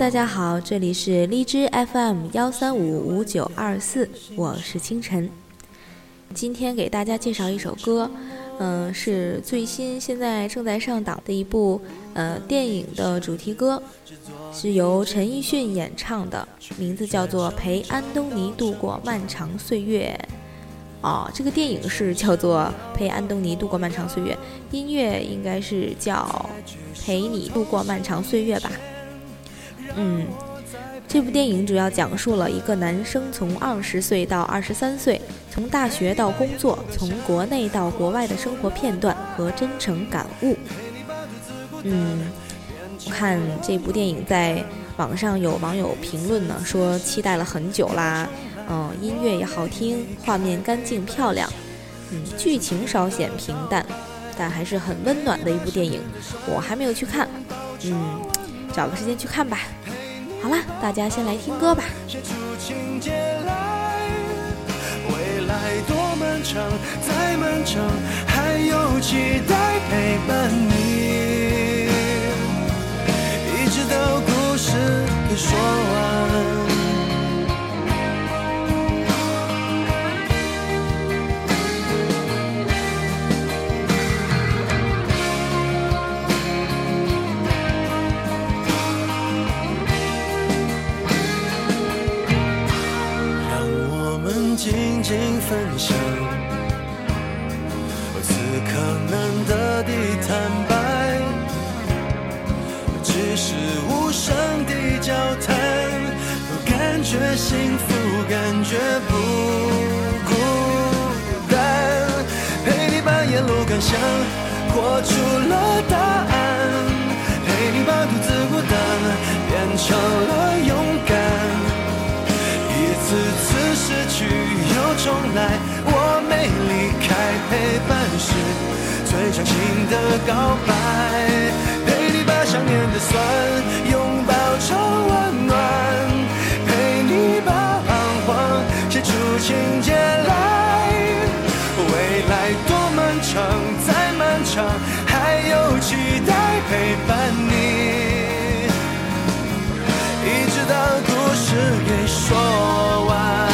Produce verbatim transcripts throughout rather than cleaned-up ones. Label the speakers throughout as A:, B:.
A: 大家好，这里是荔枝 F M 幺三五五九二四，我是清晨。今天给大家介绍一首歌，嗯、呃，是最新现在正在上档的一部呃电影的主题歌，是由陈奕迅演唱的，名字叫做《陪安东尼度过漫长岁月》。哦，这个电影是叫做《陪安东尼度过漫长岁月》，音乐应该是叫《陪你度过漫长岁月》吧。嗯，这部电影主要讲述了一个男生从二十岁到二十三岁，从大学到工作，从国内到国外的生活片段和真诚感悟。嗯，我看这部电影在网上有网友评论呢，说期待了很久啦，嗯，音乐也好听，画面干净漂亮，嗯，剧情稍显平淡，但还是很温暖的一部电影。我还没有去看，嗯，找个时间去看吧。好啦，大家先来听歌吧。
B: 未来多漫长，再漫长，还有期待陪伴你，一直到故事给说完。静静分享此刻难得的坦白，只是无声的交谈，感觉幸福，感觉不孤单，陪你把沿路感想活出了答案，陪你把独自孤单变成了勇敢，一次次失去又重来，我没离开，陪伴是最长情的告白，陪你把想念的酸拥抱成温暖，陪你把彷徨写出情节来，未来多漫长，再漫长，还有期待陪伴你，一直到故事给说完。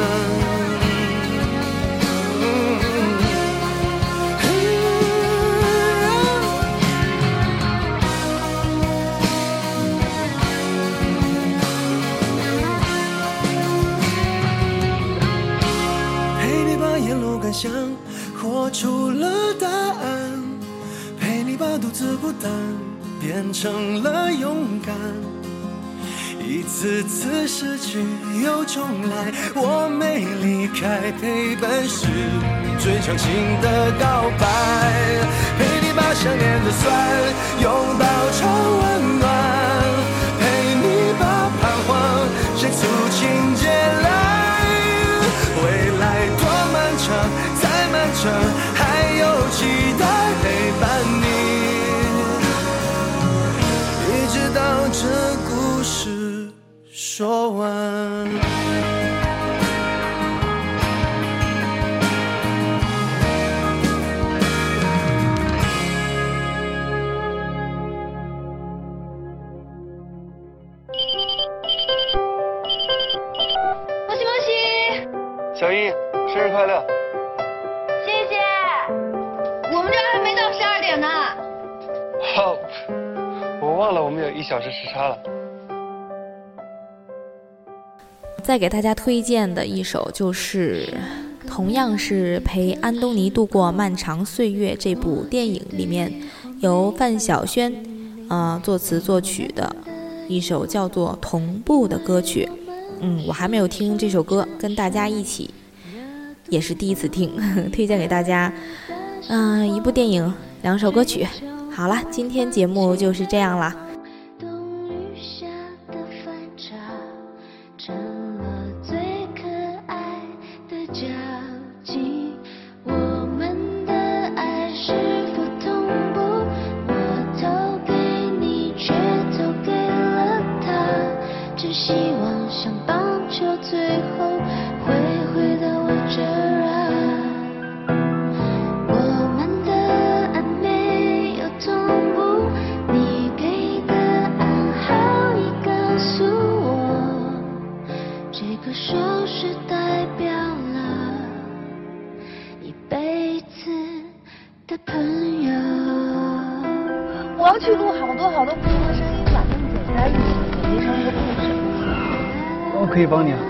B: 陪你把沿路感想活出了答案，陪你把独自孤单变成了勇敢，一次次失去又重来，我没离开，陪伴是最长情的告白，陪你把想念的酸拥抱成温暖，陪你把彷徨写出情节来，未来多漫长，再漫长，还有期待陪伴你，一直到这故事说完。
C: もしもし，
B: 小一，生日快乐！
C: 谢谢。我们这还没到十二点呢。
B: 好，我忘了我们有一小时时差了。
A: 再给大家推荐的一首就是同样是陪安东尼度过漫长岁月这部电影里面由范晓萱呃作词作曲的一首叫做同步的歌曲。嗯，我还没有听这首歌，跟大家一起也是第一次听，呵呵推荐给大家。嗯、呃，一部电影，两首歌曲。好了，今天节目就是这样啦。
D: 希望像棒球最后会回到我这儿啊，我们的爱没有同步，你给的暗号已告诉这个手势代表了一辈子的朋友。
C: 我要去录好多好多不同的声音，把它们剪在一起，剪辑成一个故事。
E: 我可以帮你啊。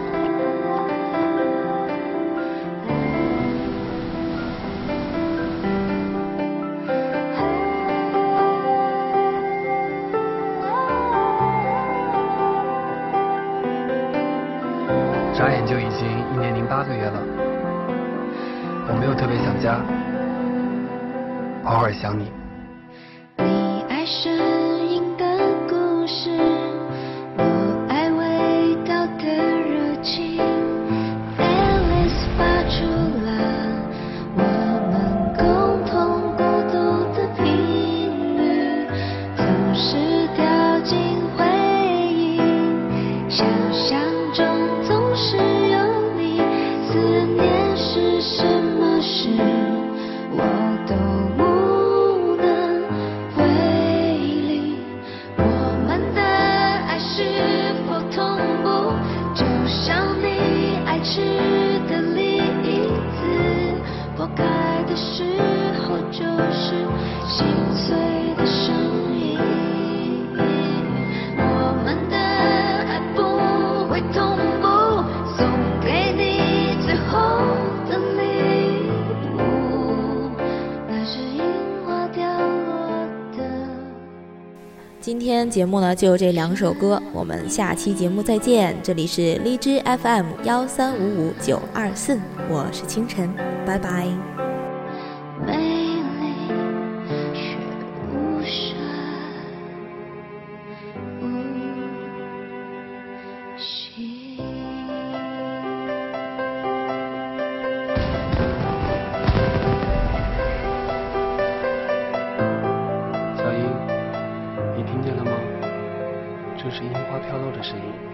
E: 眨眼就已经一年零八个月了，我没有特别想家，偶尔想你。
D: 你爱声音的故事，我爱味道的热情。Alice 发出了我们共同孤独的频率，总是掉进回忆，想象中总是有你。思念是什么事，我都无能为力。我们的爱是否同步，就像你爱吃的栗子，破开的时候就是心碎的声音。我们的爱不会同步，送给你最后的礼物，那是樱花掉落的。
A: 今天节目呢就这两首歌，我们下期节目再见。这里是荔枝 F M 幺三五五九二四，我是清晨，拜拜。
D: 美丽却无声无息。
E: 小英，你听见了吗？这是樱花飘落的声音。